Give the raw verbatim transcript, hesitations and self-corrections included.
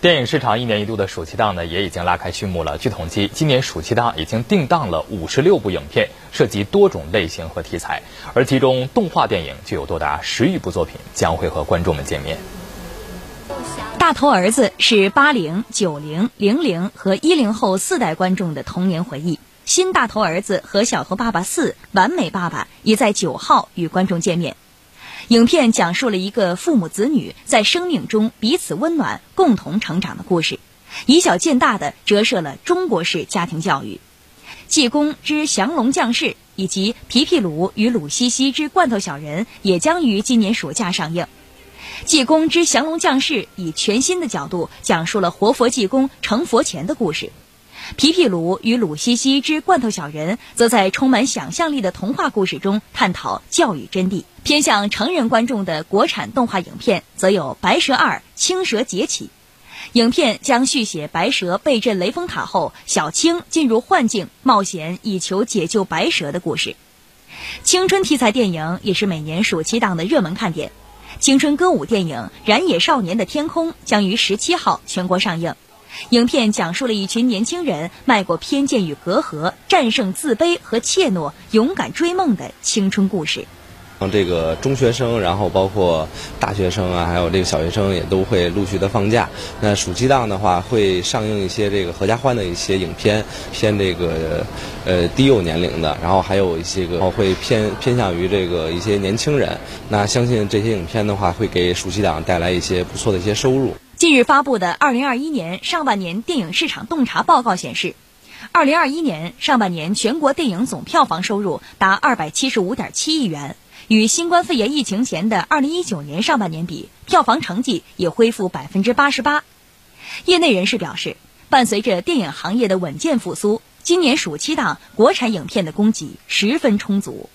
电影市场一年一度的暑期档呢，也已经拉开序幕了。据统计，今年暑期档已经定档了五十六部影片，涉及多种类型和题材，而其中动画电影就有多达十余部作品将会和观众们见面。 大头儿子是八零、九零、零零和一零后四代观众的童年回忆。新大头儿子和小头爸爸四、完美爸爸也在九号与观众见面。影片讲述了一个父母子女在生命中彼此温暖、共同成长的故事，以小见大的折射了中国式家庭教育。济公之降龙将士以及皮皮鲁与鲁西西之罐头小人也将于今年暑假上映。济公之降龙将士以全新的角度讲述了活佛济公成佛前的故事。皮皮鲁与鲁西西之罐头小人则在充满想象力的童话故事中探讨教育真谛。偏向成人观众的国产动画影片则有《白蛇二：青蛇劫起》。影片将续写白蛇被震雷峰塔后，小青进入幻境冒险以求解救白蛇的故事。青春题材电影也是每年暑期档的热门看点。青春歌舞电影《燃野少年的天空》将于十七号全国上映。影片讲述了一群年轻人迈过偏见与隔阂，战胜自卑和怯懦，勇敢追梦的青春故事。 这个中学生，然后包括大学生啊，还有这个小学生也都会陆续的放假。那暑期档的话，会上映一些这个合家欢的一些影片，偏这个呃低幼年龄的，然后还有一些个会偏偏向于这个一些年轻人。那相信这些影片的话，会给暑期档带来一些不错的一些收入。 近日发布的二零二一年上半年电影市场洞察报告显示，二零二一年上半年全国电影总票房收入达二百七十五点七亿元，与新冠肺炎疫情前的二零一九年上半年比，票房成绩也恢复百分之八十八。业内人士表示，伴随着电影行业的稳健复苏，今年暑期档国产影片的供给十分充足。